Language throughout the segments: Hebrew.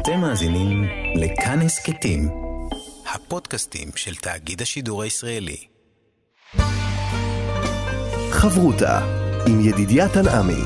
אתם מאזינים לכאן הסכתים, הפודקאסטים של תאגיד השידור הישראלי. חברותה עם ידידיה תנעמי.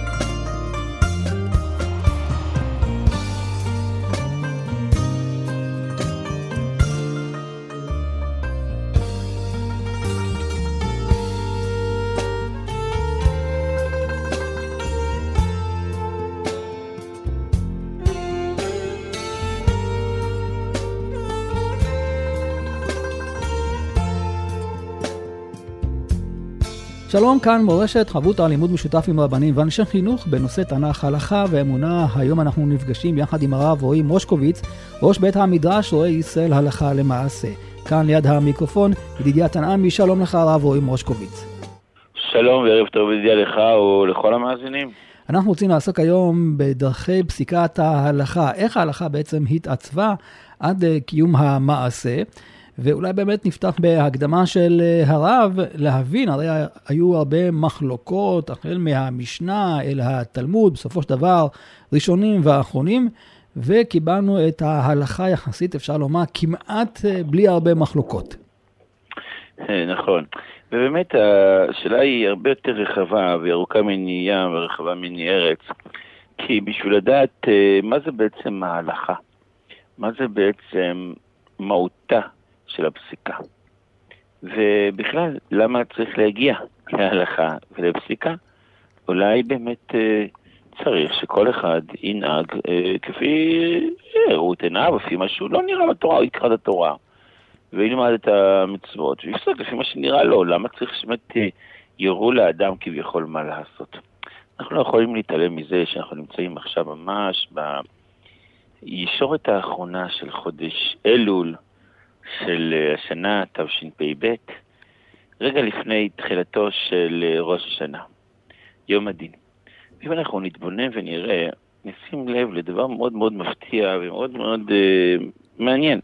שלום, כאן מורשת, חברותה, לימוד משותף עם רבנים ואנשי חינוך בנושא תנ"ך, הלכה ואמונה. היום אנחנו נפגשים יחד עם הרב רועי מושקוביץ, ראש בית המדרש רואה ישראל הלכה למעשה. כאן ליד המיקרופון, ידידיה תנעמי. שלום לך הרב רועי מושקוביץ. שלום וערב טוב ידידיה לך ולכל המאזינים. אנחנו רוצים לעסוק היום בדרכי פסיקת ההלכה, איך ההלכה בעצם התעצבה עד קיום המעשה. ואולי באמת נפתח בהקדמה של הרב להבין, הרי היו הרבה מחלוקות, החל מהמשנה אל התלמוד, בסופו של דבר ראשונים ואחרונים, וקיבלנו את ההלכה יחסית, אפשר לומר, כמעט בלי הרבה מחלוקות. נכון, ובאמת השאלה היא הרבה יותר רחבה, וירוקה מני ים ורחבה מני ארץ, כי בשביל לדעת מה זה בעצם ההלכה, מה זה בעצם מהותה, של הפסיקה. ובכלל, למה צריך להגיע להלכה ולפסיקה? אולי באמת צריך שכל אחד ינהג כפי ראות עיניו, לפי משהו לא נראה בתורה, הוא יקרא את התורה, וילמד את המצוות, ויפסק לפי מה שנראה לו. למה צריך שבאמת יורו לאדם כביכול מה לעשות? אנחנו לא יכולים להתעלם מזה שאנחנו נמצאים עכשיו ממש בישורת האחרונה של חודש אלול, של השנה תשפ"ב, רגע לפני תחילתו של ראש השנה, יום הדין. ואם אנחנו נתבונן ונראה, נשים לב לדבר מאוד מאוד מפתיע ומאוד מאוד מעניין.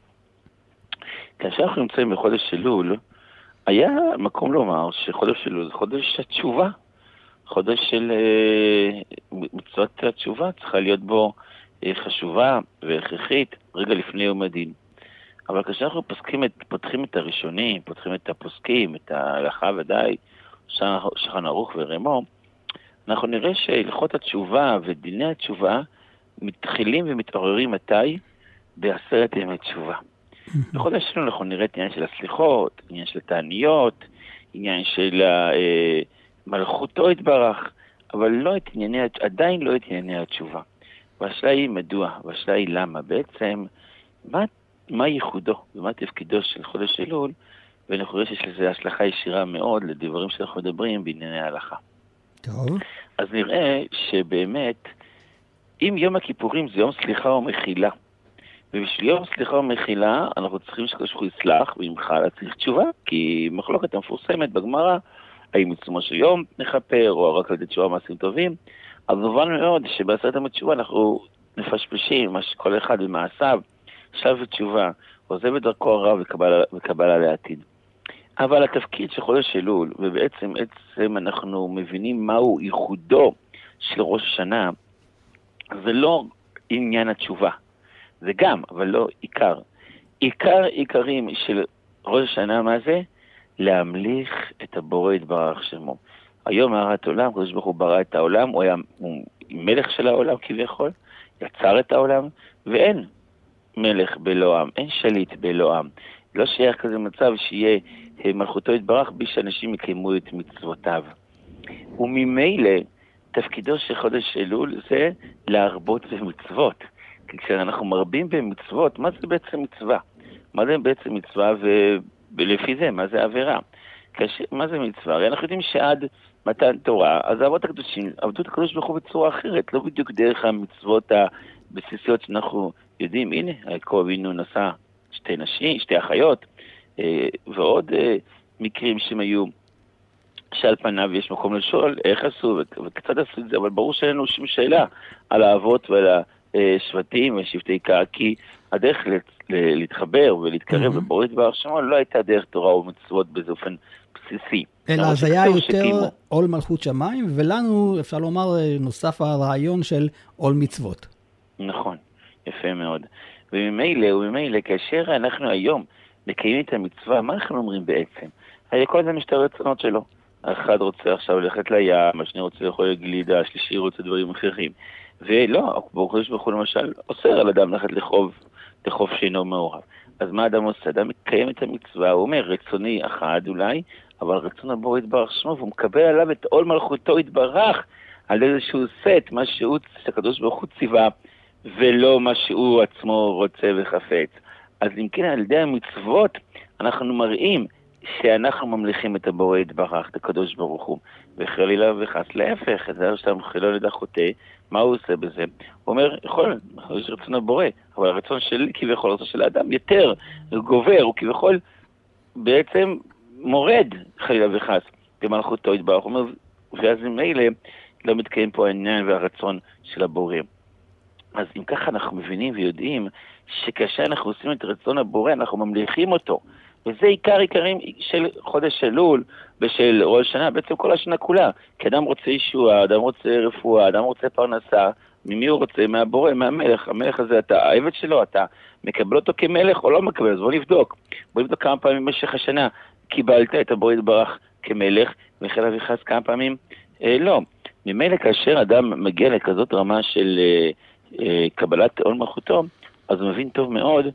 כאשר אנחנו נמצאים בחודש אלול, היה מקום לומר שחודש אלול זה חודש התשובה, חודש של מצוות התשובה, צריכה להיות בו חשובה והכרחית רגע לפני יום הדין. אבל כשאנחנו פותחים את הראשונים, פותחים את הפוסקים, את ההלכה ודאי, שולחן ערוך ורמו, אנחנו נראה שהלכות התשובה ודיני התשובה מתחילים ומתעוררים מתי? ב10 ימי תשובה. בחודש שלנו אנחנו נראה את עניין של הסליחות, עניין של התעניות, עניין של מלכותו יתברך, אבל עדיין לא את ענייני התשובה. והשאלה היא מדוע, והשאלה היא למה. בעצם, מה ייחודו ומה תפקידו של חודש אלול, ואנחנו רואים שיש לזה השלכה ישירה מאוד לדברים שאנחנו מדברים בענייני ההלכה. טוב. אז נראה שבאמת, אם יום הכיפורים זה יום סליחה ומחילה, ובשביל יום סליחה ומחילה אנחנו צריכים שקשור יסלח וימחל, צריך תשובה, כי מחלוקת המפורסמת בגמרא, האם עצמו של יום נחפר, או רק על ידי תשובה מעשים טובים, אז מובן מאוד שבעשרת ימי תשובה אנחנו מפשפשים, כל אחד במעשיו, שב ותשובה, עוזב את דרכו הרע וקבלה לעתיד. אבל התפקיד של חודש אלול, ובעצם אנחנו מבינים מהו ייחודו של ראש השנה, זה לא עניין התשובה. זה גם, אבל לא עיקר. עיקרים של ראש השנה, מה זה? להמליך את הבורא יתברך שמו. היום הרת עולם, הקדוש ברוך הוא ברא את העולם, הוא היה מלך של העולם כביכול, יצר את העולם, ואין מלך בלא עם, אין שליט בלא עם. לא שייך כזה מצב שיהיה מלכותו יתברך בי שאנשים יקיימו את מצוותיו. וממילא תפקידו של חודש אלול זה להרבות במצוות. כי כשאנחנו מרבים במצוות, מה זה בעצם מצווה? מה זה בעצם מצווה ולפי זה, מה זה עבירה? מה זה מצווה? הרי אנחנו יודעים שעד מתן תורה, אז האבות הקדושים עבדו את הקדוש ברוך הוא בצורה אחרת, לא בדיוק דרך המצוות הבסיסיות שאנחנו יודעים. הנה, יעקב אבינו נשא שתי אחיות, ועוד מקרים שהם היו, שעל פניו יש מקום לשאול איך עשו, וקצת עשו את זה, אבל ברור שאין לנו שום שאלה על האבות ועל השבטים ושבטי קהל, כי הדרך להתחבר ולהתקרב לבורא יתברך שמו לא הייתה דרך תורה ומצוות באופן בסיסי. אלא אז היה יותר עול מלכות שמיים, ולנו אפשר לומר נוסף הרעיון של עול מצוות. נכון. יפה מאוד. וממילא, כאשר אנחנו היום מקיימים את המצווה, מה אנחנו אומרים בעצם? כל אדם יש את הרצונות שלו. האחד רוצה עכשיו ללכת לים, השני רוצה לאכול גלידה, השלישי רוצה דברים אחרים. ולא, הקדוש ברוך הוא למשל אוסר על אדם ללכת לחוף שאינו מעורב. אז מה אדם עושה? אדם מקיים את המצווה, הוא אומר, רצוני אחד אולי, אבל רצון הבורא יתברך שמו, והוא מקבל עליו את עול מלכותו יתברך, על איזשהו סט, מה שהקדוש ברוך הוא ציווה, ולא מה שהוא עצמו רוצה וחפץ. אז אם כן, על ידי המצוות, אנחנו מראים שאנחנו ממליכים את הבורא יתברך, את הקדוש ברוך הוא, וחלילה וחס להפך, את זה שאתה חילול ידע חוטא, מה הוא עושה בזה? הוא אומר, יש רצון הבורא, אבל הרצון שלי כביכול, הרצון של האדם יותר גובר, הוא כביכול בעצם מורד חלילה וחס במלכותו יתברך, הוא אומר, ואז ממילא לא מתקיים פה העניין והרצון של הבורא. אז אם ככה אנחנו מבינים ויודעים שכאשר אנחנו עושים את רצון הבורא, אנחנו ממליכים אותו, וזה עיקרים של חודש אלול ושל ראש השנה, בעצם כל השנה כולה. כי אדם רוצה ישועה, אדם רוצה רפואה, אדם רוצה פרנסה, ממי הוא רוצה? מהבורא, מהמלך. המלך הזה, אתה העבד שלו, אתה מקבל אותו כמלך או לא מקבל? אז בוא נבדוק כמה פעמים במשך השנה קיבלת את הבורא יתברך כמלך, וחלילה וחס כמה פעמים לא. ממילא כאשר אדם מגיע לכזאת רמה של קבלת עול מלכותו, אז הוא מבין טוב מאוד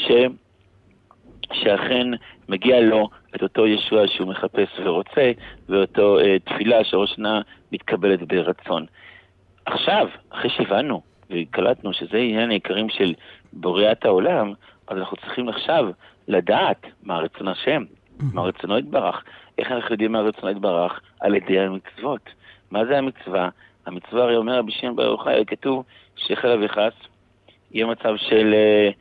שאכן מגיע לו את אותו ישוע שהוא מחפש ורוצה, ואותו תפילה שראש השנה מתקבלת ברצון. עכשיו, אחרי שהבנו וקלטנו שזה עניין העיקרים של בוריאת העולם, אז אנחנו צריכים עכשיו לדעת מה רצון השם, מה רצונו יתברך. איך אנחנו יודעים מה רצונו יתברך? על ידי המצוות. מה זה המצווה? המצווה הרי אומר רבי שמעון בר יוחאי, כתוב שחלילה וחס יהיה מצב של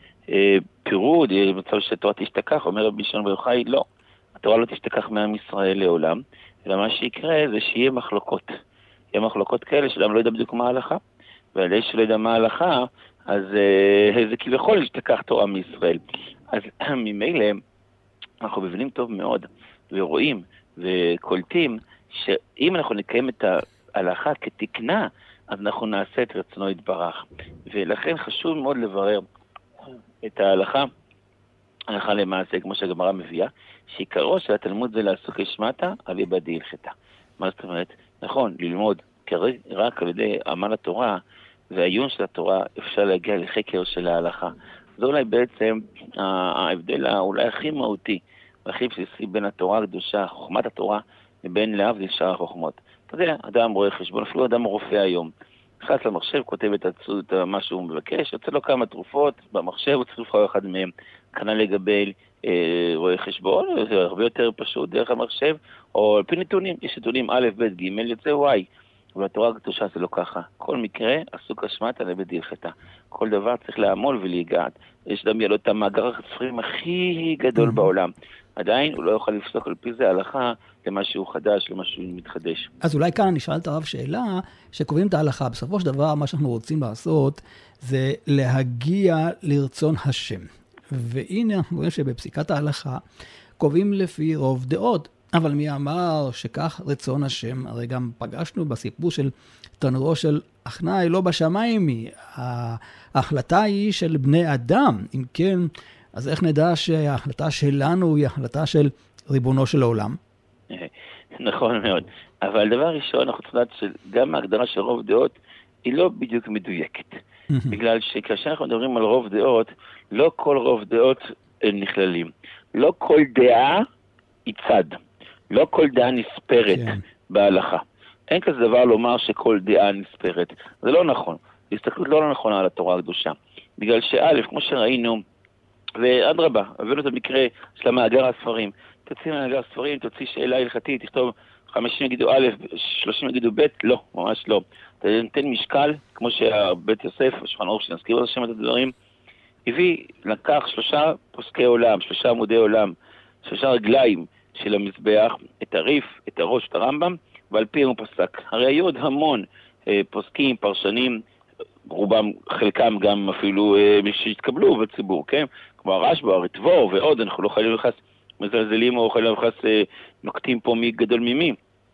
פירוד, יהיה מצב שהתורה תשתכח. אומר רבי שמעון בר יוחאי, לא, התורה לא תשתכח מעם ישראל לעולם, אלא מה שיקרה זה שיהיה מחלוקות. יהיה מחלוקות כאלה שאדם לא ידע בדיוק מה ההלכה, ועל ידי שלא ידע מה ההלכה, אז זה כביכול להשתכח תורה מישראל. אז ממילא אנחנו מבינים טוב מאוד ורואים וקולטים שאם אנחנו נקיים את ההלכה כתקנה, אז אנחנו נעשה את רצונו יתברך. ולכן חשוב מאוד לברר את ההלכה, הלכה למעשה, כמו שהגמרא מביאה, שעיקרו של התלמוד זה לעסוק לשמטה על ידי דהלכתה. מה זאת אומרת? נכון, ללמוד רק על ידי עמל התורה והעיון של התורה אפשר להגיע לחקר של ההלכה. זה אולי בעצם ההבדל אולי הכי מהותי והכי בסיסי בין התורה הקדושה, חוכמת התורה, לבין להבדיל שאר החוכמות. אתה יודע, אדם רואה חשבון, אפילו אדם רופא היום, נכנס למחשב, כותב את מה שהוא מבקש, יוצא לו כמה תרופות במחשב, הוא צריך לבחור אחד מהם. כנ"ל לגבי רואה חשבון, זה הרבה יותר פשוט דרך המחשב, או על פי נתונים, יש נתונים א', ב', ג', יוצא Y. ובתורה הקדושה זה לא ככה. כל מקרה עסוק השמטה לבית דהלכתה. כל דבר צריך לעמול ולהיגעת. יש אדם יהיה לו את המאגר הספרים הכי גדול בעולם. עדיין הוא לא יוכל לפסוק על פי זה הלכה למשהו חדש, למשהו מתחדש. אז אולי כאן נשאל את הרב שאלה, שקובעים את ההלכה. בסופו של דבר, מה שאנחנו רוצים לעשות, זה להגיע לרצון השם. והנה אנחנו רואים שבפסיקת ההלכה, קובעים לפי רוב דעות. אבל מי אמר שכך רצון השם? הרי גם פגשנו בסיפור של תנורו של אחנאי, לא בשמיים היא. ההחלטה היא של בני אדם. אם כן, אז איך נדע שההחלטה שלנו היא החלטה של ריבונו של העולם? נכון מאוד. אבל דבר ראשון, אנחנו צריכים לדעת שגם ההגדרה של רוב דעות היא לא בדיוק מדויקת. בגלל שכאשר אנחנו מדברים על רוב דעות, לא כל רוב דעות נכללים. לא כל דעה היא צד. לא כל דעה נספרת בהלכה. אין כזה דבר לומר שכל דעה נספרת. זה לא נכון. זו הסתכלות לא נכונה על התורה הקדושה. בגלל שא', כמו שראינו, ואדרבה, הבאנו את המקרה של המאגר הספרים. תוציא מאגר הספרים, תוציא שאלה הלכתית, תכתוב 50 יגידו א', 30 יגידו ב', לא, ממש לא. אתה נותן משקל, כמו שבית יוסף, שולחן ערוך שנזכיר על השם את הדברים, לקח 3 פוסקי עולם, 3 עמודי עולם, 3 רגליים של המזבח, את הריף, את הראש, את הרמב"ם, ועל פי הוא פסק. הרי היו עוד המון פוסקים, פרשנים, רובם, חלקם גם אפילו שהתקבלו בציבור, כן? כמו הרשב"א, הרטב"א ועוד, אנחנו לא חייבים לחס מזלזלים או חייבים לחס נוקטים פה מי גדול ממי.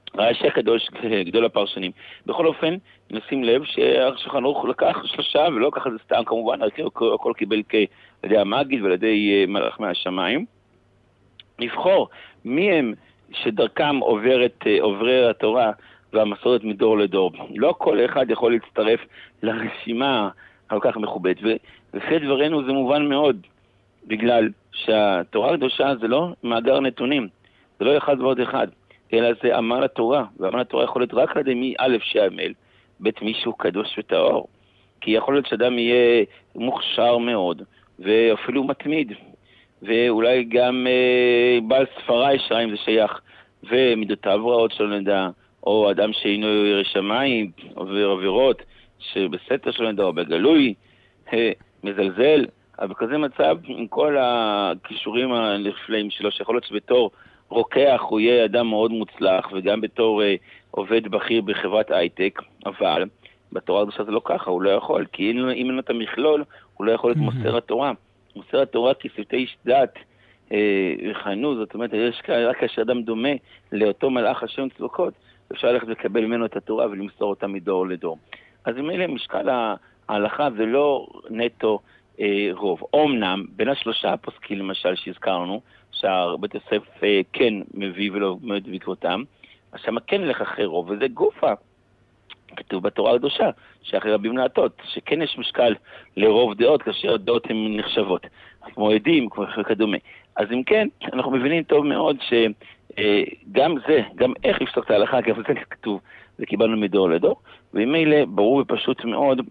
רש"י הקדוש, גדול הפרשנים. בכל אופן, נשים לב שהשולחן ערוך לקח 3 ולא לקח את זה סתם כמובן, הכל קיבל על ידי המגיד ועל ידי מלאך מהשמיים. לבחור מי הם שדרכם עוברי התורה והמסורת מדור לדור. לא כל אחד יכול להצטרף לרשימה כל כך מכובדת, ולפי דברנו זה מובן מאוד, בגלל שהתורה הקדושה זה לא מאגר נתונים, זה לא אחד ועוד אחד, אלא זה עמל התורה, ועמל התורה יכול להיות רק על ידי מי א' שעמל, ב' מישהו קדוש וטהור, כי יכול להיות שאדם יהיה מוכשר מאוד, ואפילו מתמיד, ואולי גם בעל ספרה ישרה אם זה שייך, ומידותיו רעות שלא נדע, או אדם שאינו ירא שמיים, עובר עבירות, שבסתר שלא נדע, או בגלוי, מזלזל, אבל בכזה מצב, עם כל הכישורים הנפלאים שלו, שיכול להיות שבתור רוקח הוא יהיה אדם מאוד מוצלח, וגם בתור עובד בכיר בחברת הייטק, אבל בתורה הקדושה זה לא ככה, הוא לא יכול, כי אם אין לו את המכלול, הוא לא יכול להיות מוסר התורה. מוסר התורה כשפתי איש דת וחנו, זאת אומרת, יש רק כאשר אדם דומה לאותו מלאך השם צבקות, אפשר ללכת לקבל ממנו את התורה ולמסור אותה מדור לדור. אז ממילא משקל ההלכה זה לא נטו רוב. אומנם, בין 3 הפוסקים למשל שהזכרנו, שהבית יוסף כן מביא ולא עומד בעקבותם, אז שמה כן הלך אחרי רוב, וזה גופה. כתוב בתורה הקדושה, שאחרי רבים להטות, שכן יש משקל לרוב דעות, כאשר הדעות הן נחשבות, כמו עדים, כמו כדומה. אז אם כן, אנחנו מבינים טוב מאוד שגם זה, גם איך לפסוק את ההלכה, כי זה כתוב, זה קיבלנו מדור לדור, וממילא ברור ופשוט מאוד,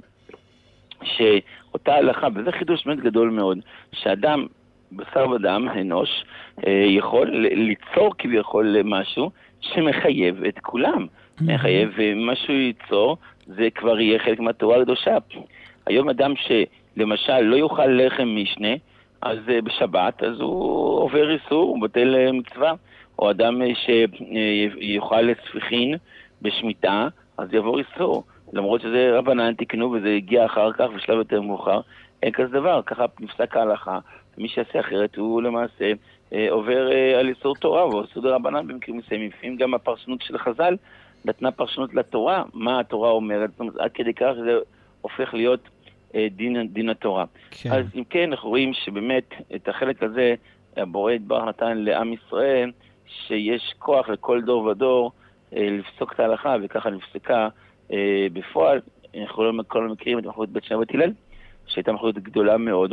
שאותה הלכה, וזה חידוש מאוד גדול מאוד, שאדם, בשר ודם, אנוש, יכול ליצור כביכול משהו שמחייב את כולם. מחייב משהו ייצור, זה כבר יהיה חלק מהתורה הקדושה. היום אדם שלמשל לא יאכל לחם משנה, אז בשבת, אז הוא עובר איסור, הוא בטל מצווה. או אדם שיאכל ספיחין בשמיטה, אז יעבור איסור. למרות שזה רבנן תקנו וזה הגיע אחר כך בשלב יותר מאוחר, אין כזה דבר, ככה נפסק ההלכה. מי שיעשה אחרת הוא למעשה עובר על איסור תורה, או איסור רבנן במקרים מסוימים. לפעמים גם הפרשנות של חז"ל נתנה פרשנות לתורה, מה התורה אומרת, זאת אומרת, עד כדי כך זה הופך להיות דין התורה. כן. אז אם כן, אנחנו רואים שבאמת את החלק הזה, הבורא יתברך נתן לעם ישראל, שיש כוח לכל דור ודור לפסוק את ההלכה, וככה נפסקה בפועל. אנחנו לא כל מכירים את מחלוקת בית שמאי ובית הלל, שהייתה מחלוקת גדולה מאוד,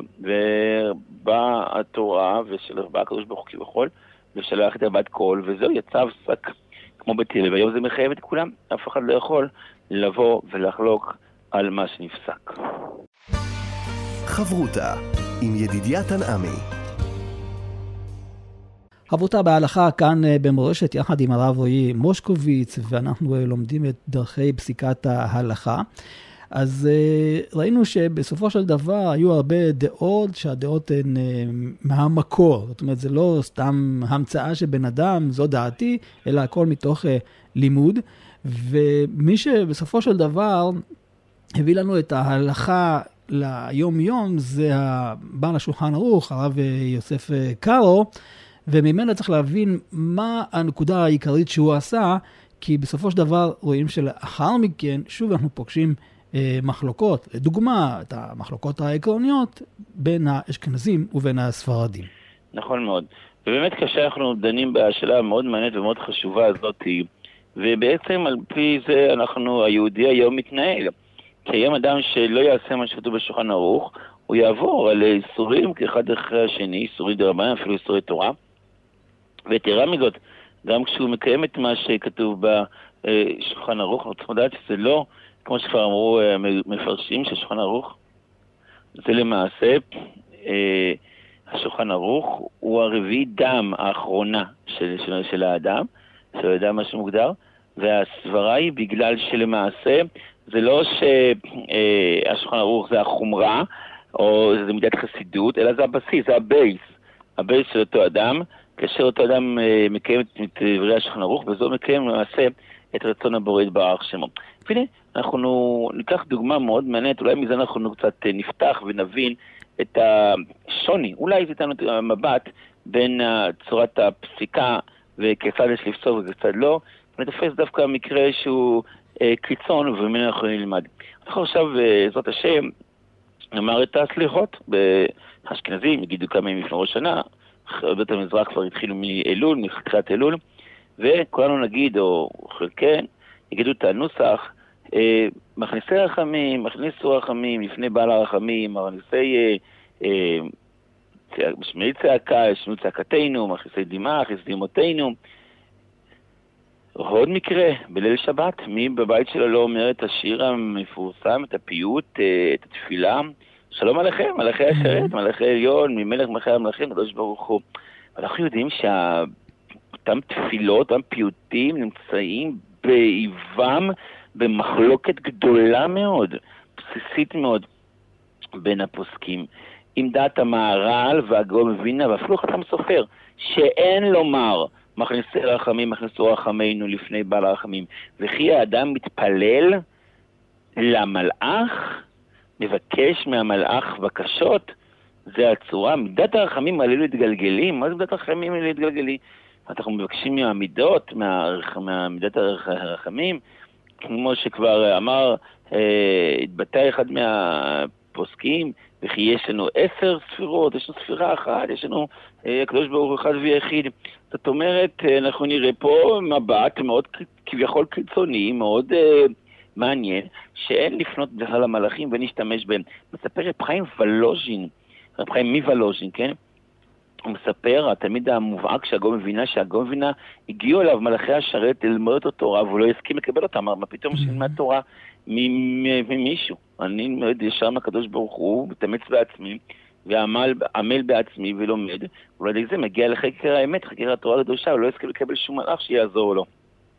ובאה התורה, ובא הקדוש ברוך הוא כביכול, ושלח את הבת קול, וזהו יצא פסק כמו בית הלל, והיום זה מחייב את כולם, אף אחד לא יכול לבוא ולחלוק על מה שנפסק. חברותה עם ידידיה תנעמי. חברותה בהלכה כאן במורשת יחד עם הרב רועי מושקוביץ, ואנחנו לומדים את דרכי פסיקת ההלכה. אז ראינו שבסופו של דבר היו הרבה דעות, שהדעות הן מהמקור. זאת אומרת, זה לא סתם המצאה שבן אדם, זו דעתי, אלא הכל מתוך לימוד. ומי שבסופו של דבר הביא לנו את ההלכה ליום יום, זה בעל השולחן ערוך, הרב יוסף קארו, וממנו צריך להבין מה הנקודה העיקרית שהוא עשה, כי בסופו של דבר רואים שלאחר מכן, שוב אנחנו פוגשים מחלוקות, לדוגמה, את המחלוקות העקרוניות בין האשכנזים ובין הספרדים. נכון מאוד. ובאמת כאשר אנחנו דנים בשאלה מאוד מעניינת ומאוד חשובה הזאת, ובעצם על פי זה היהודי היום מתנהל. כי היום אדם שלא יעשה מה שכתוב בשולחן ערוך, הוא יעבור על איסורים כאחד אחרי השני, איסורים דרבנן, אפילו איסורי תורה. ויתרה מזאת, גם כשהוא מקיים את מה שכתוב בשולחן ערוך, אנחנו צריכים לדעת שזה לא, כמו שכבר אמרו מפרשים של שולחן ערוך, זה למעשה, השולחן ערוך הוא הרביעי דם האחרונה של האדם, של האדם מה שמוגדר, והסברה היא בגלל שלמעשה, זה לא שהשולחן ערוך זה החומרה, או זה מידת חסידות, אלא זה הבסיס, זה הבייס של אותו אדם, כאשר אותו אדם מקיים את דברי השולחן ערוך, וזו מקיים למעשה את רצון הבורא יתברך שמו. והנה, אנחנו ניקח דוגמה מאוד מעניינת, אולי מזה אנחנו קצת נפתח ונבין את השוני, אולי זה איתנו מבט בין צורת הפסיקה וכיצד יש לפסוק וכיצד לא, נתפס דווקא מקרה שהוא קיצון, וממנו אנחנו נלמד. אנחנו עכשיו, זאת השם, נאמר את הסליחות באשכנזים, יגידו כמה ימים לפני ראש שנה, בית המזרח כבר התחילו מאלול, מתחילת אלול, וכולנו נגיד, או חלקן, יגידו את הנוסח, מכניסי רחמים, מכניסו רחמים, לפני בעל הרחמים, מכניסי משמעי צעקה, ישמעו צעקתנו, מכניסי דמעה, מכניסי דמעותינו. עוד מקרה, בליל שבת, מי בבית שלו לא אומר את השיר המפורסם, את הפיוט, את התפילה, שלום עליכם, מלאכי השרת, מלאכי עליון, ממלך מלאכי המלאכים, קדוש ברוך הוא. אנחנו יודעים שאותם תפילות, אותם פיוטים נמצאים באיבם, במחלוקת גדולה מאוד, בסיסית מאוד, בין הפוסקים. עם דעת המהר"ל והגאון מווילנה, ואפילו חתם סופר, שאין לומר, מכניסי רחמים, מכניסו רחמינו לפני בעל הרחמים. וכי האדם מתפלל למלאך, מבקש מהמלאך בקשות, זה הצורה. מידת הרחמים עלינו להתגלגלים. מה זה מידת הרחמים עלינו להתגלגלים? אנחנו מבקשים מהמידות, מהמידת הרחמים, כמו שכבר אמר, התבטא אחד מהפוסקים, וכי יש לנו 10 ספירות, יש לנו ספירה אחת, יש לנו הקדוש ברוך הוא אחד ויחיד. זאת אומרת, אנחנו נראה פה מבט מאוד כביכול קיצוני, מאוד מעניין, שאין לפנות בכלל למלאכים ונשתמש בהם. מספר רב חיים וולוז'ין, רב חיים מוולוז'ין, כן? הוא מספר, התלמיד המובהק שהגאון מווילנה, שהגאון מווילנה הגיעו אליו מלאכי השרת ללמוד את התורה, והוא לא הסכים לקבל אותה. מה פתאום שנלמד תורה ממישהו? אני מאוד ישר מהקדוש ברוך הוא, מתאמץ בעצמי, ועמל בעצמי ולומד, ואולי זה מגיע לחקר האמת, חקר התורה הקדושה, הוא לא הסכים לקבל שום מלאך שיעזור לו.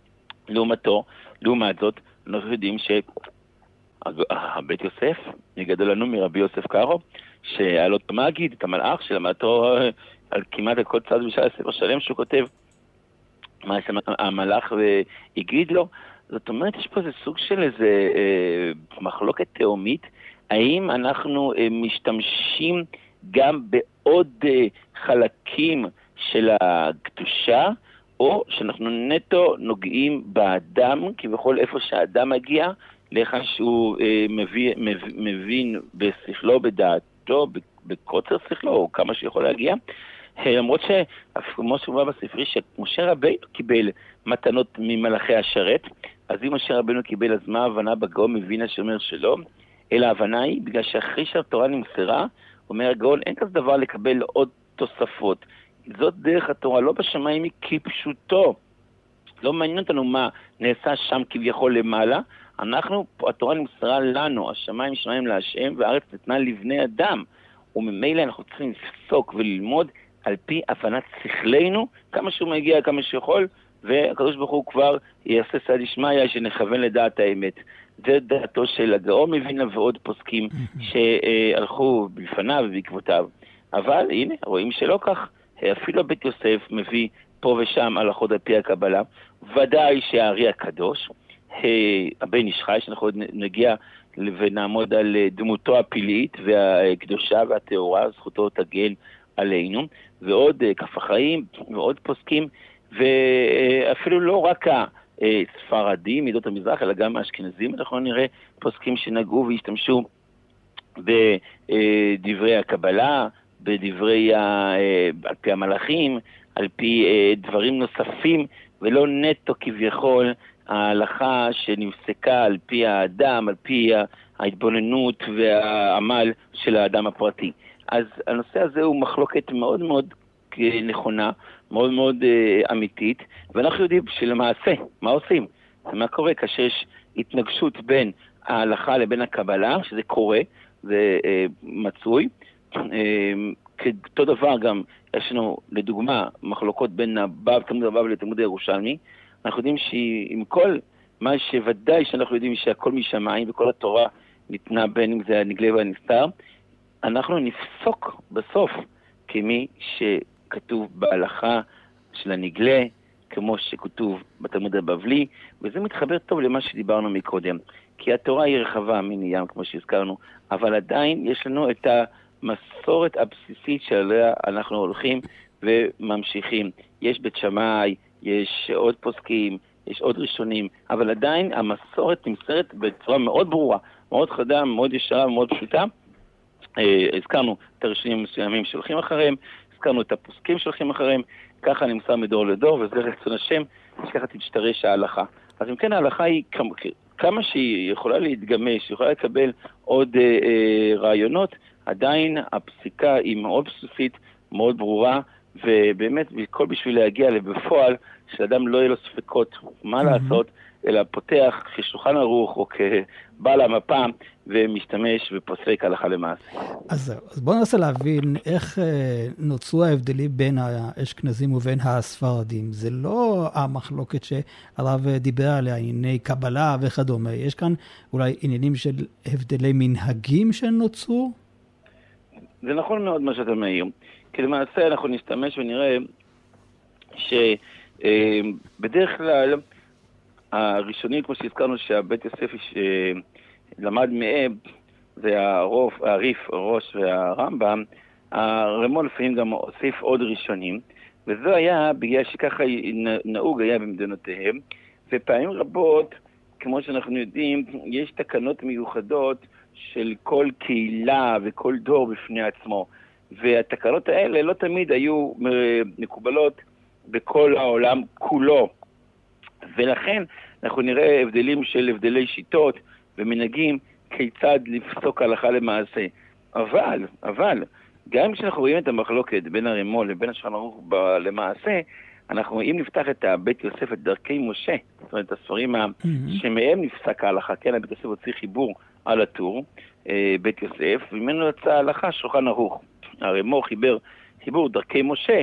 לעומת זאת, אנחנו יודעים שהבית יוסף, נגדל לנו מרבי יוסף קארו, שהיה לו מגיד, את המלאך שלמדתו על כמעט כל צד בשעה ספר שלם שהוא כותב, מה שהמלאך הגיד לו. זאת אומרת, יש פה איזה סוג של איזה מחלוקת תאומית, האם אנחנו משתמשים גם בעוד חלקים של הקדושה, או שאנחנו נטו נוגעים באדם, כבכל איפה שהאדם מגיע, לאחד שהוא מבין בשכלו, בדעתו, בקוצר שכלו, או כמה שיכול להגיע. למרות שכמו שבא בספרי, שמשה רבינו קיבל מתנות ממלאכי השרת, אז אם משה רבינו קיבל, אז מה ההבנה בגאון מווילנה שאומר שלא? אלא ההבנה היא, בגלל שאחרי שהתורה נמסרה, אומר הגאון, אין כזה דבר לקבל עוד תוספות. זאת דרך התורה, לא בשמיים היא כפשוטו. לא מעניין אותנו מה נעשה שם כביכול למעלה. התורה נמסרה לנו, השמיים שמיים להשם, והארץ נתנה לבני אדם. וממילא אנחנו צריכים לפסוק וללמוד על פי הבנת שכלנו, כמה שהוא מגיע, כמה שיכול, והקדוש ברוך הוא כבר יעשה סעד ישמעיה שנכוון לדעת האמת. זה דעתו של הגאון מווילנה ועוד פוסקים שהלכו לפניו ובעקבותיו. אבל הנה, רואים שלא כך, אפילו בית יוסף מביא פה ושם הלכות על פי הקבלה, ודאי שהארי הקדוש, הבן איש חי, שאנחנו נגיע ונעמוד על דמותו הפלאית והקדושה והטהורה, זכותו תגן עלינו, ועוד כף החיים ועוד פוסקים, ואפילו לא רק הספרדים, מידות המזרח, אלא גם האשכנזים, אנחנו נראה פוסקים שנגעו והשתמשו בדברי הקבלה, בדברי על פי המלאכים, על פי דברים נוספים, ולא נטו כביכול ההלכה שנפסקה על פי האדם, על פי ההתבוננות והעמל של האדם הפרטי. אז הנושא הזה הוא מחלוקת מאוד מאוד נכונה, מאוד מאוד אמיתית, ואנחנו יודעים שלמעשה, מה עושים? מה קורה כאשר יש התנגשות בין ההלכה לבין הקבלה, שזה קורה, זה מצוי. כאותו דבר גם יש לנו לדוגמה מחלוקות בין תלמוד הבבא לתלמוד הירושלמי. אנחנו יודעים שעם כל מה שוודאי שאנחנו יודעים שהכל משמיים וכל התורה ניתנה בין אם זה הנגלה והנסתר, אנחנו נפסוק בסוף כמי שכתוב בהלכה של הנגלה, כמו שכתוב בתלמוד הבבלי, וזה מתחבר טוב למה שדיברנו מקודם, כי התורה היא רחבה מים כמו שהזכרנו, אבל עדיין יש לנו את המסורת הבסיסית שעליה אנחנו הולכים וממשיכים. יש בית שמאי, יש עוד פוסקים, יש עוד ראשונים, אבל עדיין המסורת נמסרת בצורה מאוד ברורה, מאוד חדה, מאוד ישרה, מאוד פשוטה. הזכרנו את הראשונים המסוימים שהולכים אחריהם, הזכרנו את הפוסקים שהולכים אחריהם, ככה נמסר מדור לדור, וזה רצון השם, שככה תשתרש ההלכה. אז אם כן, ההלכה היא כמה שהיא יכולה להתגמש, יכולה לקבל עוד רעיונות, עדיין הפסיקה היא מאוד בסיסית, מאוד ברורה, ובאמת, כל בשביל להגיע לבפועל, שאדם לא יהיה לו ספקות מה לעשות, אלא פותח כשולחן ערוך או כבעל המפה, ומשתמש ופוסק הלכה למעשה. אז בואו ננסה להבין איך נוצרו ההבדלים בין האשכנזים ובין הספרדים. זה לא המחלוקת שהרב דיבר עליה, ענייני קבלה וכדומה. יש כאן אולי עניינים של הבדלי מנהגים שנוצרו? זה נכון מאוד מה שאתה מעיר. כי למעשה אנחנו נשתמש ונראה שבדרך כלל הראשונים, כמו שהזכרנו שהבית יוסף למד מהם, זה הריף, הראש והרמב"ם, הרמון לפעמים גם הוסיף עוד ראשונים, וזה היה בגלל שככה נהוג היה במדינותיהם, ופעמים רבות, כמו שאנחנו יודעים, יש תקנות מיוחדות של כל קהילה וכל דור בפני עצמו, והתקנות האלה לא תמיד היו מקובלות בכל העולם כולו, ולכן אנחנו נראה הבדלים של הבדלי שיטות ומנהגים כיצד לפסוק הלכה למעשה. אבל, גם כשאנחנו רואים את המחלוקת בין הרמון לבין השולחן ערוך למעשה, אנחנו אם נפתח את בית יוסף, את דרכי משה, זאת אומרת, הספרים שמהם נפסק ההלכה, כן, הבית יוסף הוציא חיבור על הטור, בית יוסף, וממנו יצא ההלכה, שולחן ערוך. הרמון חיבר חיבור דרכי משה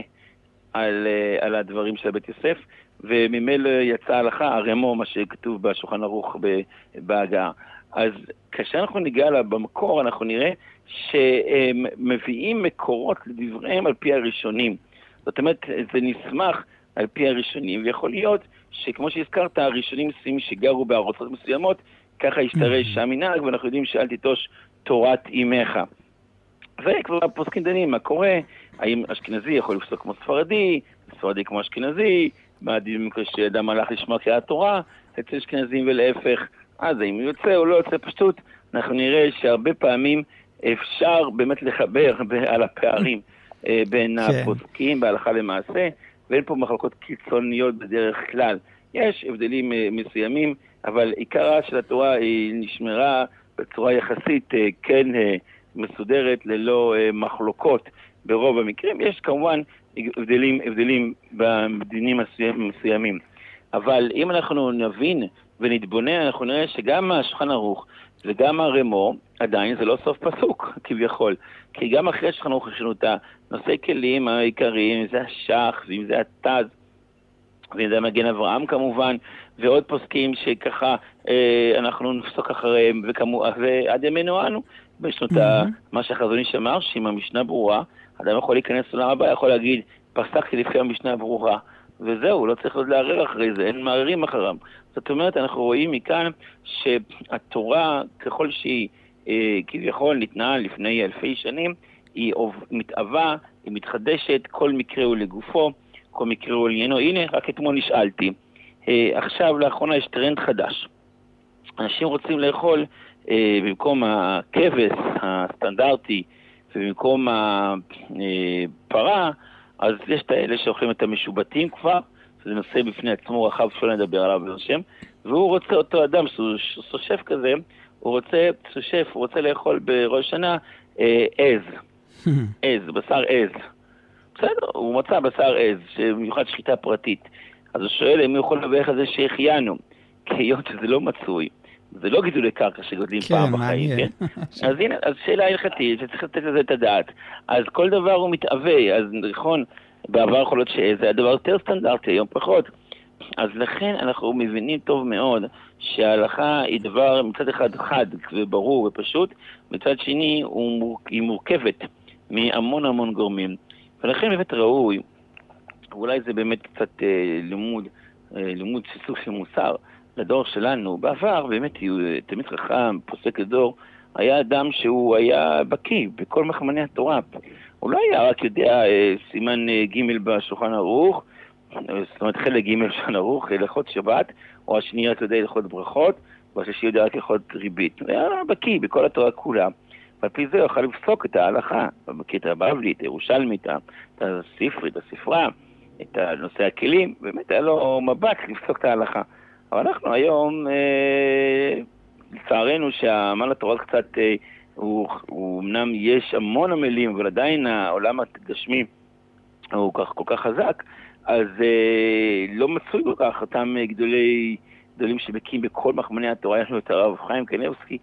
על הדברים של בית יוסף, וממילא יצא ההלכה, הרמון, מה שכתוב בשולחן ערוך בהגעה. אז כאשר אנחנו ניגע לה במקור, אנחנו נראה שהם מביאים מקורות לדבריהם על פי הראשונים. זאת אומרת, זה נסמך על פי הראשונים, ויכול להיות שכמו שהזכרת, הראשונים מסוימים שגרו בארצות מסוימות, ככה ישתרש המנהג, ואנחנו יודעים שאל תיטוש תורת אימך. וכבר הפוסקים דנים, מה קורה? האם אשכנזי יכול לפסוק כמו ספרדי, ספרדי כמו אשכנזי, מה הדין במקרה שאדם הלך לשמוע קריאת תורה, אצל אשכנזים ולהפך, אז האם הוא יוצא או לא יוצא פשוט, אנחנו נראה שהרבה פעמים אפשר באמת לחבר על הפערים בין הפוסקים בהלכה למעשה, ואין פה מחלוקות קיצוניות בדרך כלל. יש הבדלים מסוימים, אבל עיקרה של התורה היא נשמרה בצורה יחסית כן מסודרת, ללא מחלוקות ברוב המקרים. יש כמובן הבדלים בדינים מסוימים. אבל אם אנחנו נבין ונתבונן, אנחנו נראה שגם השולחן ערוך וגם הרמון, עדיין זה לא סוף פסוק, כביכול. כי גם אחרי השולחן ערוך יש לנו את הנושאי כלים העיקריים, אם זה השח, ואם זה התז, ואם זה מגן אברהם כמובן, ועוד פוסקים שככה אנחנו נפסוק אחריהם, ועד ימינו אנו, בשנות מה שהחזון איש אמר, שאם המשנה ברורה, אדם יכול להיכנס לעולם הבא, יכול להגיד, פסקתי לפי המשנה ברורה, וזהו, לא צריך עוד לערער אחרי זה, אין מערערים אחריו. זאת אומרת, אנחנו רואים מכאן שהתורה, ככל שהיא כביכול ניתנה לפני אלפי שנים, היא מתאווה, היא מתחדשת, כל מקרה הוא לגופו, כל מקרה הוא לעניינו. הנה, רק אתמול נשאלתי. עכשיו, לאחרונה יש טרנד חדש. אנשים רוצים לאכול במקום הכבש הסטנדרטי, ובמקום הפרה, אז יש את האלה שאוכלים את המשובטים כבר, זה נושא בפני עצמו רחב שלא נדבר עליו בשם, והוא רוצה אותו אדם, סושף כזה, הוא רוצה לאכול בראש שנה עז, בשר עז. בסדר, הוא מצא בשר עז, שמיוחד שחיטה פרטית. אז הוא שואל אם הוא יכול לברך על זה שהחיינו, כי היות שזה לא מצוי, זה לא גידולי קרקע שגודלים פעם בחיים, כן? אז הנה, אז שאלה הלכתית, שצריך לתת לזה את הדעת. אז כל דבר הוא מתאווה, אז נכון, בעבר יכול להיות שזה הדבר יותר סטנדרטי, היום פחות. אז לכן אנחנו מבינים טוב מאוד שההלכה היא דבר מצד אחד חד וברור ופשוט, מצד שני היא מורכבת מהמון גורמים. ולכן באמת ראוי, ואולי זה באמת קצת לימוד סוג של מוסר לדור שלנו. בעבר באמת תמיד חכם, פוסק הדור, היה אדם שהוא היה בקיא בכל מחמני התורה. הוא לא היה רק יודע סימן ג' בשולחן ערוך, זאת אומרת חלק ג' שולחן ערוך, הלכות שבת, או השנייה אתה יודע הלכות ברכות, והשלישי יודע רק הלכות ריבית. הוא היה בקיא בכל התורה כולה, ועל פי זה הוא יכול לפסוק את ההלכה, בקיא את הבבלי, את הירושלמית, את הספרי, את הספרה, את נושא הכלים, באמת היה לו מבט לפסוק את ההלכה. אבל אנחנו היום, לצערנו שהאמן לתורה קצת, הוא אמנם יש המון עמלים, אבל עדיין העולם הגשמי הוא כל כך חזק, אז לא מצוי כל כך אותם גדולים שבקים בכל מחמני התורה. יש לנו את הרב חיים קניבסקי,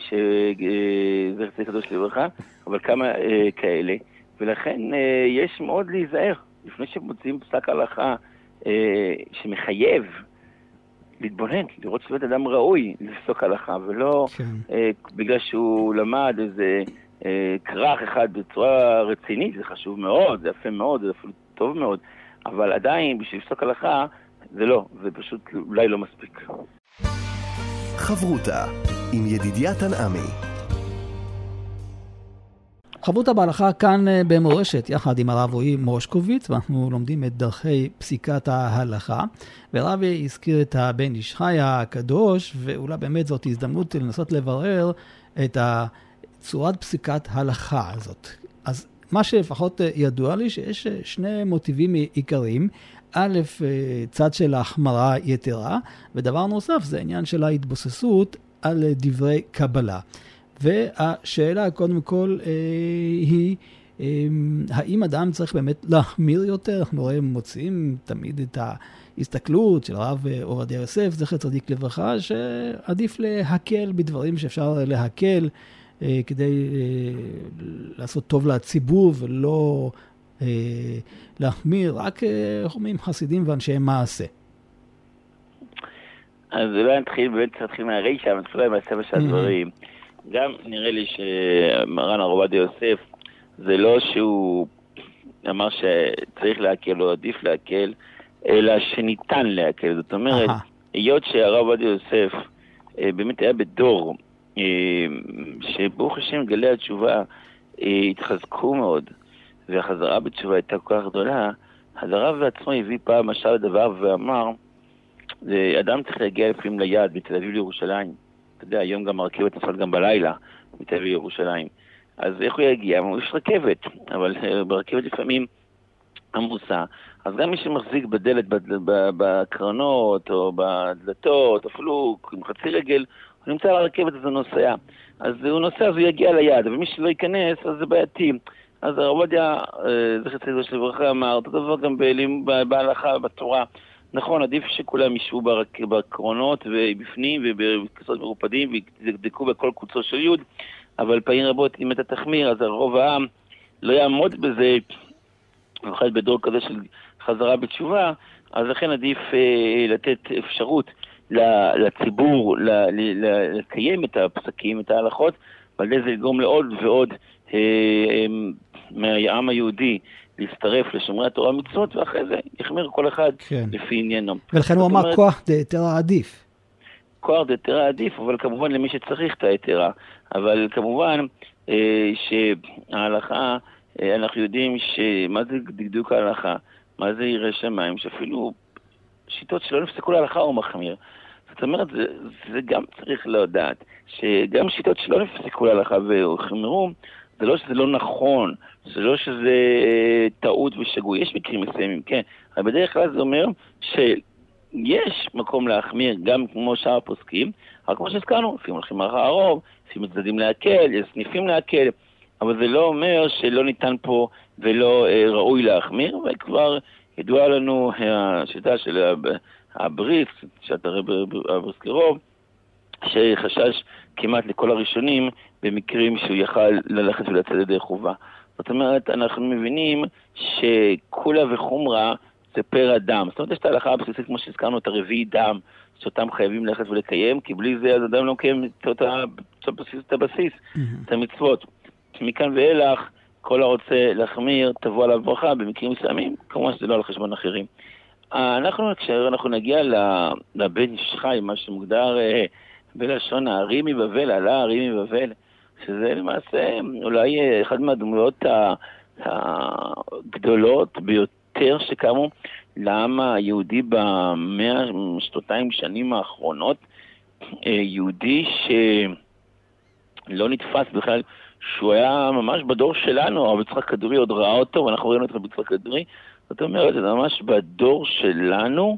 שזה קדוש לברכה, אבל כמה כאלה, ולכן יש מאוד להיזהר לפני שמוצאים פסק הלכה שמחייב להתבונן, לראות שבית אדם ראוי לפסוק הלכה, ולא בגלל שהוא למד איזה כרך אחד בצורה רצינית. זה חשוב מאוד, זה יפה מאוד, זה אפילו טוב מאוד, אבל עדיין בשביל לפסוק הלכה זה לא, זה פשוט אולי לא מספיק. חברותה עם ידידיה תנעמי. חברותה בהלכה כאן במורשת, יחד עם הרב רועי מושקוביץ, ואנחנו לומדים את דרכי פסיקת ההלכה. והרב הזכיר את הבן איש חי הקדוש, ואולי באמת זאת הזדמנות לנסות לברר את צורת פסיקת ההלכה הזאת. אז מה שלפחות ידוע לי שיש שני מוטיבים עיקריים. א', צד של ההחמרה יתרה, ודבר נוסף זה העניין של ההתבוססות על דברי קבלה. והשאלה קודם כל היא, האם אדם צריך באמת להחמיר יותר? אנחנו רואים, מוצאים תמיד את ההסתכלות של הרב עובדיה יוסף, זכר צדיק לברכה, שעדיף להקל בדברים שאפשר להקל, כדי לעשות טוב לציבור ולא להחמיר, רק חומים חסידים ואנשי מעשה. אז אולי נתחיל מהרישה, נתחיל מהספר של הדברים. גם נראה לי שמרן הרב עובדיה יוסף, זה לא שהוא אמר שצריך להקל או עדיף להקל, אלא שניתן להקל. זאת אומרת, היות שהרב עובדיה יוסף באמת היה בדור, שברוך השם גלי התשובה התחזקו מאוד, והחזרה בתשובה הייתה כל כך גדולה, אז הרב בעצמו הביא פעם משל לדבר ואמר, אדם צריך להגיע לפעמים ליעד, מתל אביב לירושלים. אתה יודע, היום גם הרכבת נפלת גם בלילה, מתל אביב לירושלים. אז איך הוא יגיע? יש רכבת, אבל ברכבת לפעמים עמוסה. אז גם מי שמחזיק בדלת, בקרנות או בדלתות, אפילו עם חצי רגל, הוא נמצא על הרכבת אז הוא נוסע. אז הוא נוסע, אז הוא יגיע ליעד, אבל מי שלא ייכנס, אז זה בעייתי. אז הרב עובדיה, זכר צדיק לברכה, אמר, אותו דבר גם בהלכה, בתורה. נכון, עדיף שכולם ישבו בקרונות ובפנים ובכסות מרופדים וידקדקו בכל קוצו של יוד, אבל פעמים רבות אם אתה תחמיר, אז הרוב העם לא יעמוד בזה, במיוחד בדור כזה של חזרה בתשובה, אז לכן עדיף לתת אפשרות לציבור לקיים את הפסקים, את ההלכות, ועל זה לגרום לעוד ועוד מהעם היהודי להצטרף לשומרי התורה מצוות, ואחרי זה יחמיר כל אחד לפי עניינו. ולכן הוא אמר כוח דהיתרא עדיף. כוח דהיתרא עדיף, אבל כמובן למי שצריך את ההיתרה. אבל כמובן שההלכה, אנחנו יודעים מה זה דקדוק ההלכה, מה זה ירא שמיים, שאפילו שיטות שלא נפסקו להלכה הוא מחמיר. זאת אומרת, זה גם צריך לדעת, שגם שיטות שלא נפסקו להלכה והחמירו, זה לא שזה לא נכון, זה לא שזה טעות ושגוי, יש מקרים מסוימים, כן, אבל בדרך כלל זה אומר שיש מקום להחמיר גם כמו שאר הפוסקים, אבל כמו שהזכרנו, לפעמים הולכים אחר הרוב, לפעמים מצדדים להקל, יש סניפים להקל, אבל זה לא אומר שלא ניתן פה ולא ראוי להחמיר, וכבר ידוע לנו השיטה של הבריס, שאתה רואה בברסקרוב, שחשש כמעט לכל הראשונים במקרים שהוא יכל ללכת ולצאת ידי חובה. זאת אומרת, אנחנו מבינים שכולה וחומרה זה פר אדם. זאת אומרת, יש את ההלכה הבסיסית, כמו שהזכרנו, את הרביעי דם, שאותם חייבים ללכת ולקיים, כי בלי זה אז אדם לא מקיים את הבסיס, את המצוות. מכאן ואילך, כל הרוצה להחמיר, תבוא עליו ברכה במקרים מסוימים, כמובן שזה לא על חשבון אחרים. כשאנחנו נגיע לבן איש חי, מה שמוגדר בלשון הערים מבבל, עלה הערים מבבל, שזה למעשה אולי אחד מהדמויות הגדולות ביותר ביותר שקמו לעם היהודי ב100-200 שנים האחרונות, יהודי שלא נתפס בכלל, שהוא היה ממש בדור שלנו, הרב יצחק כדורי עוד ראה אותו, ואנחנו ראינו את הרב יצחק כדורי, זאת אומרת, זה ממש בדור שלנו,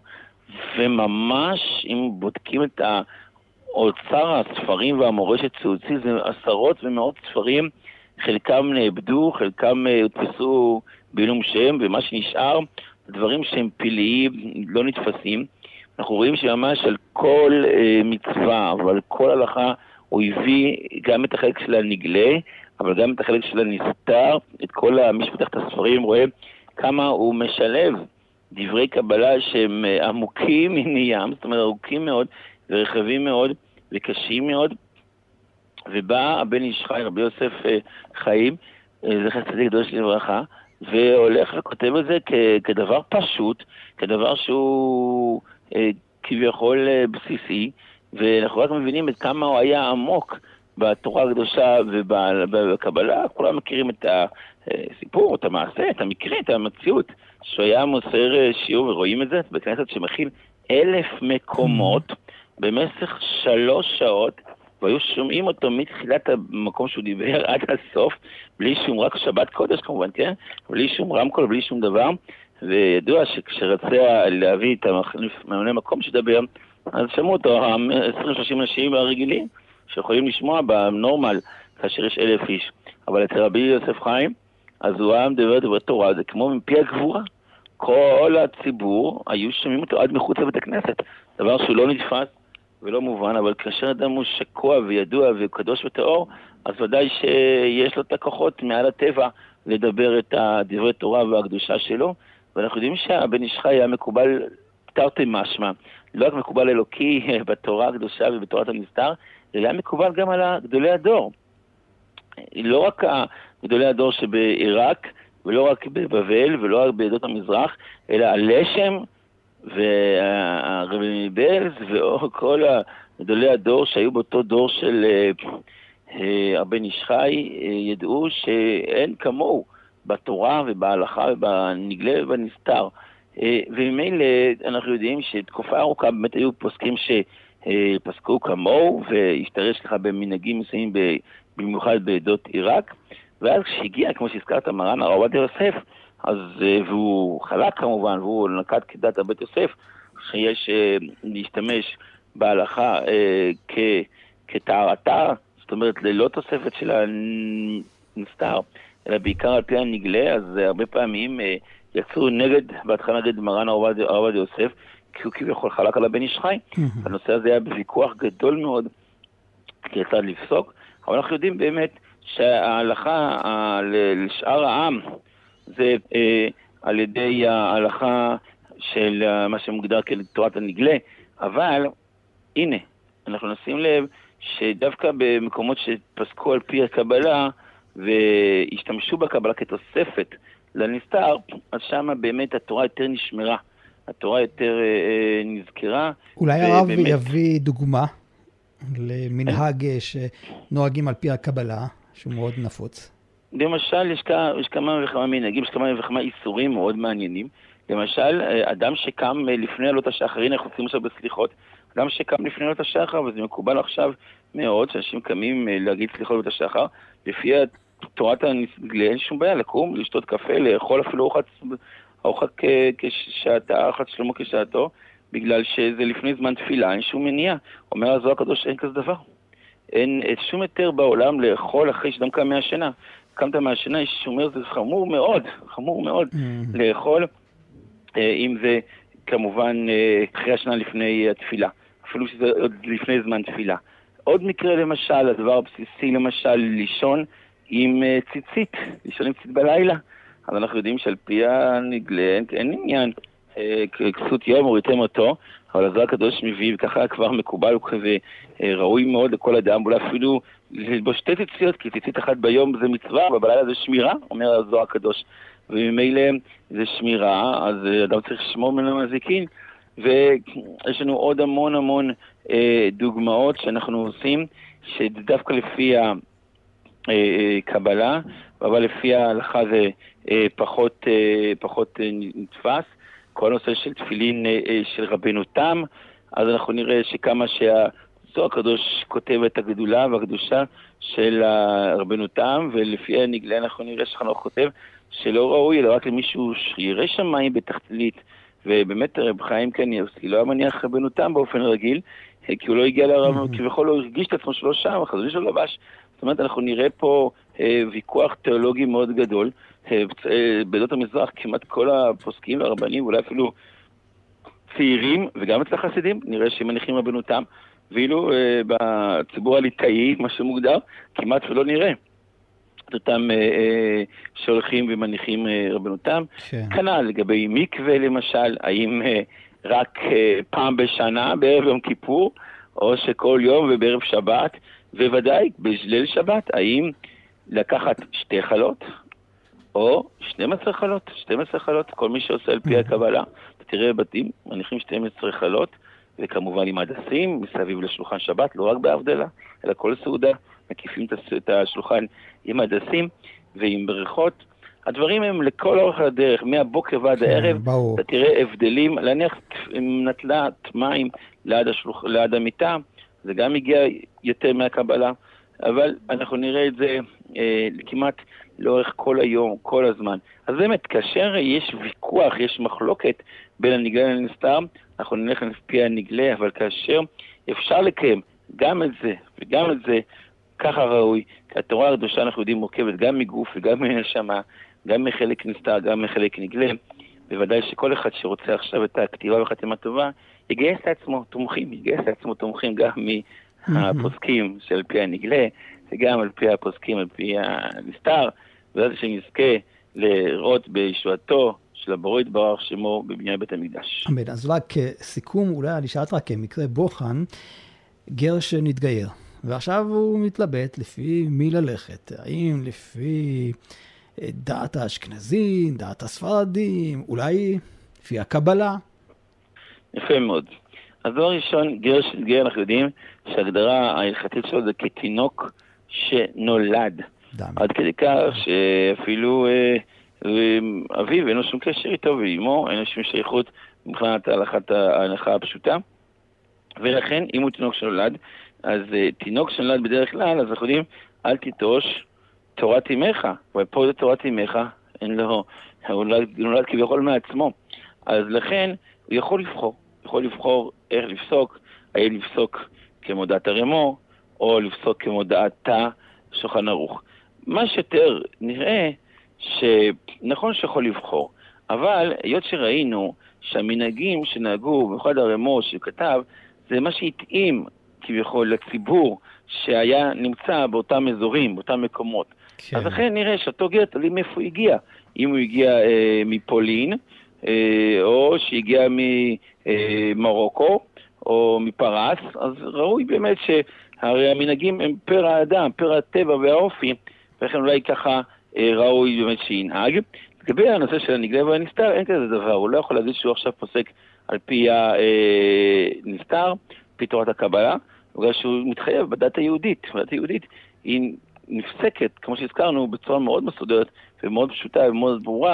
וממש אם בודקים את האוצר הספרים והמורשת שהוציא, זה עשרות ומאות ספרים, חלקם נאבדו, חלקם הודפסו בעילום שם, ומה שנשאר, דברים שהם פלאיים, לא נתפסים. אנחנו רואים שממש על כל מצווה, אבל כל הלכה, הוא הביא גם את החלק של הנגלה, אבל גם את החלק של הנסתר, את כל מי שפותח את הספרים, רואה כמה הוא משלב דברי קבלה שהם עמוקים מים, זאת אומרת ארוכים מאוד ורחבים מאוד וקשים מאוד, ובא הבן איש חי, רבי יוסף חיים, זכר צדיק קדוש לברכה, והולך וכותב את זה כדבר פשוט, כדבר שהוא כביכול בסיסי, ואנחנו רק מבינים את כמה הוא היה עמוק בתורה הקדושה ובקבלה. כולם מכירים את הסיפור, את המעשה, את המקרה, את המציאות, שהוא היה מוסר שיעור, ורואים את זה בכנסת שמכיל 1,000 מקומות במשך 3 שעות, והיו שומעים אותו מתחילת המקום שהוא דיבר עד הסוף, בלי שום, רק שבת קודש כמובן, כן? בלי שום רמקול, בלי שום דבר, וידוע שכשרצה להביא את הממלא מקום שדבר, אז שמעו אותו 20-30 אנשים הרגילים, שיכולים לשמוע בנורמל, כאשר יש 1,000 איש. אבל אצל רבי יוסף חיים, אז הוא היה מדבר דבר תורה, זה כמו מפי הגבורה. כל הציבור היו שומעים אותו עד מחוץ לבית הכנסת, דבר שהוא לא נתפס ולא מובן, אבל כאשר אדם הוא שקוע וידוע וקדוש וטהור, אז ודאי שיש לו את הכוחות מעל הטבע לדבר את דברי תורה והקדושה שלו, ואנחנו יודעים שהבן איש חי היה מקובל תרתי משמע, לא רק מקובל אלוקי בתורה הקדושה ובתורת הנסתר, אלא היה מקובל גם על גדולי הדור. לא רק גדולי הדור שבעיראק, ולא רק בבבל, ולא רק בעדות המזרח, אלא הלשם והרבי מבלז וכל גדולי הדור שהיו באותו דור של הבן איש חי, ידעו שאין כמוהו בתורה ובהלכה ובנגלה ובנסתר. וממילא אנחנו יודעים שתקופה ארוכה באמת היו פוסקים שפסקו כמוהו והשתרש לך במנהגים מסוימים במיוחד בעדות עיראק, ואז כשהגיע, כמו שהזכרת, מרן הרב עובדיה יוסף, אז והוא חלק כמובן, והוא נקט כדת הבית יוסף, שיש להשתמש בהלכה כטהרתה, זאת אומרת ללא תוספת של הנסתר, אלא בעיקר על פי הנגלה, אז הרבה פעמים יצאו בהתחלה נגד מרן הרב עובדיה יוסף, כי הוא כביכול חלק על הבן איש חי. הנושא הזה היה בוויכוח גדול מאוד כיצד לפסוק, אבל אנחנו יודעים באמת שההלכה לשאר העם זה על ידי ההלכה של מה שמוגדר כתורת הנגלה, אבל הנה, אנחנו נשים לב שדווקא במקומות שפסקו על פי הקבלה והשתמשו בקבלה כתוספת לנסתר, אז שם באמת התורה יותר נשמרה, התורה יותר נזכרה. אולי הרב יביא דוגמה למנהג שנוהגים על פי הקבלה, שהוא מאוד נפוץ. למשל, יש כמה וכמה מנהגים, יש כמה וכמה איסורים מאוד מעניינים. למשל, אדם שקם לפני עלות השחר, הנה אנחנו עושים עכשיו בסליחות, אדם שקם לפני עלות השחר, וזה מקובל עכשיו מאוד, שאנשים קמים להגיד סליחות עלות השחר, לפי תורת הנגלה, אין שום בעיה לקום, לשתות קפה, לאכול אפילו ארוחת כשעתה, ארוחת שלמה כשעתו, בגלל שזה לפני זמן תפילה, אין שום מניעה. אומר הזוהר הקדוש, אין כזה דבר. אין שום יותר בעולם לאכול אחרי שאדם קם מהשינה. קמת מהשינה, יש שומר, זה חמור מאוד לאכול, אם זה כמובן אחרי השנה לפני התפילה, אפילו שזה עוד לפני זמן תפילה. עוד מקרה למשל, הדבר הבסיסי למשל, לישון עם ציצית, לישון עם ציצית בלילה. אז אנחנו יודעים שעל פי הנגלה אין עניין כסות יום הוריתם אותו, אבל הזוהר הקדוש מביא, וככה כבר מקובל וכזה ראוי מאוד לכל אדם, ואולי אפילו ללבוש 2 ציציות, כי ציצית אחת ביום זה מצווה, ובלילה זה שמירה, אומר הזוהר הקדוש, וממילא זה שמירה, אז אדם צריך לשמור ממנו מזיקין, ויש לנו עוד המון דוגמאות שאנחנו עושים, שדווקא לפי קבלה, אבל לפי ההלכה זה פחות נתפס. כל הנושא של תפילין של רבנו תם, אז אנחנו נראה שכמה שהזוהר הקדוש כותב את הגדולה והקדושה של רבנו תם, ולפי הנגלה אנחנו נראה שחנוך כותב שלא ראוי, אלא רק למישהו שירא שמיים בתחתית, ובאמת רב חיים קניבסקי לא היה מניח רבנו תם באופן רגיל, כי הוא לא הגיע לרב, כביכול לא הרגיש את עצמו שלא שם, החזון שלו לבש. זאת אומרת, אנחנו נראה פה ויכוח תיאולוגי מאוד גדול. בעדות המזרח כמעט כל הפוסקים והרבנים, אולי אפילו צעירים, וגם אצל החסידים, נראה שהם מניחים רבנו תם, ואילו בציבור הליטאי, מה שמוגדר, כמעט ולא נראה את אותם שהולכים ומניחים רבנו תם. כנ"ל לגבי מקווה למשל, האם רק פעם בשנה בערב יום כיפור, או שכל יום ובערב שבת, וודאי בליל שבת, האם לקחת 2 חלות, או 12 חלות, 12 חלות, כל מי שעושה על פי הקבלה, תראה בתים, מניחים 12 חלות, וכמובן עם הדסים, מסביב לשולחן שבת, לא רק בהבדלה, אלא כל סעודה, מקיפים את השולחן עם הדסים ועם ברכות. הדברים הם לכל אורך הדרך, מהבוקר ועד הערב, אתה תראה הבדלים, להניח נטלת מים ליד המיטה, זה גם הגיע יותר מהקבלה, אבל אנחנו נראה את זה כמעט לאורך כל היום, כל הזמן. אז באמת, כאשר יש ויכוח, יש מחלוקת בין הנגלה לנסתר, אנחנו נלך לפי הנגלה, אבל כאשר אפשר לקיים גם את זה וגם את זה, ככה ראוי, כי התורה הקדושה אנחנו יודעים מורכבת גם מגוף וגם מנשמה, גם מחלק נסתר, גם מחלק נגלה, בוודאי שכל אחד שרוצה עכשיו את הכתיבה וחתימה טובה, יגייס לעצמו תומכים גם מהפוסקים של פי הנגלה, וגם על פי הפוסקים, על פי הנסתר, וזה שנזכה לראות בישועתו של הבורא יתברך שמו בבניין בית המקדש. אמן. אז רק סיכום, אולי אני שאלת רק כמקרה בוחן, גר שנתגייר, ועכשיו הוא מתלבט לפי מי ללכת, האם לפי דעת האשכנזים, דעת הספרדים, אולי לפי הקבלה. יפה מאוד. אז דבר ראשון, גר שנתגייר, אנחנו יודעים שההגדרה ההלכתית שלו זה כתינוק שנולד. עד כדי כך שאפילו אביו אין לו שום קשר איתו, ואימו אין לו שום שייכות מבחינת ההלכה הפשוטה. ולכן, אם הוא תינוק שנולד, אז תינוק שנולד בדרך כלל, אז אנחנו יודעים, אל תיטוש תורת אמך. ופה זה תורת אמך, אין לו, הוא נולד כביכול מעצמו. אז לכן, הוא יכול לבחור איך לפסוק, האם לפסוק כמו דעת הרמו, או לפסוק כמו דעת שולחן ערוך. מה שיותר נראה שנכון שיכול לבחור, אבל היות שראינו שהמנהגים שנהגו, במיוחד הרמו שכתב, זה מה שהתאים כביכול לציבור שהיה נמצא באותם אזורים, באותם מקומות. כן. אז לכן נראה שאותו גר תלוי מאיפה הוא הגיע. אם הוא הגיע מפולין, או שהגיע ממרוקו, או מפרס, אז ראוי באמת שהרי המנהגים הם פר האדם, פר הטבע והאופי, ולכן אולי ככה ראוי באמת שינהג. לגבי הנושא של הנגלה והנסתר, אין כזה דבר, הוא לא יכול להגיד שהוא עכשיו פוסק על פי הנסתר, פי תורת הקבלה, בגלל שהוא מתחייב בדת היהודית. בדת היהודית היא נפסקת, כמו שהזכרנו, בצורה מאוד מסודרת ומאוד פשוטה ומאוד ברורה,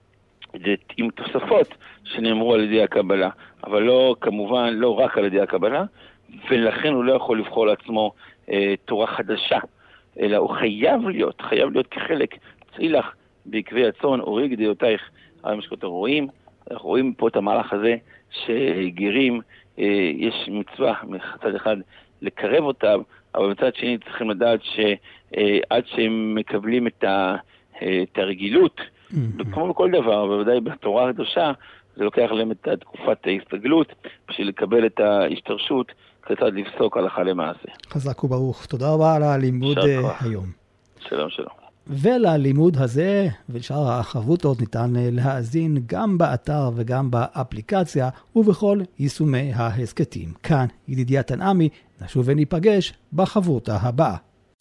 עם תוספות שנאמרו על ידי הקבלה, אבל לא, כמובן, לא רק על ידי הקבלה, ולכן הוא לא יכול לבחור לעצמו תורה חדשה, אלא הוא חייב להיות כחלק, צאי לך בעקבי הצאן, אורי גדיותייך על משקות הרועים. אנחנו רואים פה את המהלך הזה, שגרים, יש מצווה מצד אחד לקרב אותם, אבל מצד שני צריכים לדעת שעד שהם מקבלים את הרגילות, כמו בכל דבר, בוודאי בתורה הקדושה, זה לוקח להם את תקופת ההסתגלות, בשביל לקבל את ההשתרשות, כיצד לפסוק הלכה למעשה. חזק וברוך. תודה רבה על הלימוד היום. שלום, שלום. וללימוד הזה ולשאר החבותות ניתן להאזין גם באתר וגם באפליקציה ובכל יישומי ההסקטים. כאן ידידיה תנעמי, נשוב וניפגש בחברותה הבאה.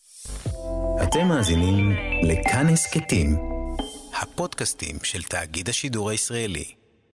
אתם מאזינים לכאן הסקטים, הפודקאסטים של תאגיד השידור הישראלי.